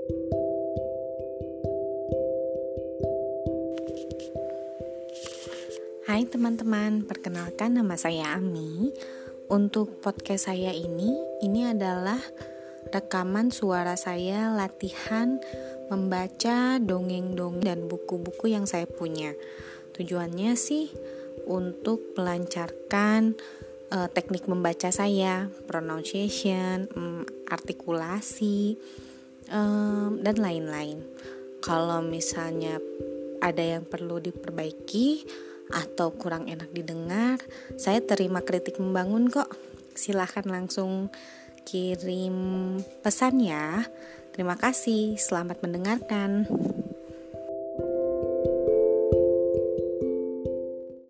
Hai teman-teman, perkenalkan nama saya Ami. Untuk podcast saya ini adalah rekaman suara saya latihan membaca dongeng-dongeng dan buku-buku yang saya punya. Tujuannya sih untuk melancarkan teknik membaca saya, pronunciation, artikulasi, dan lain-lain. Kalau misalnya ada yang perlu diperbaiki atau kurang enak didengar, saya terima kritik membangun kok. Silahkan langsung kirim pesan ya. Terima kasih, selamat mendengarkan.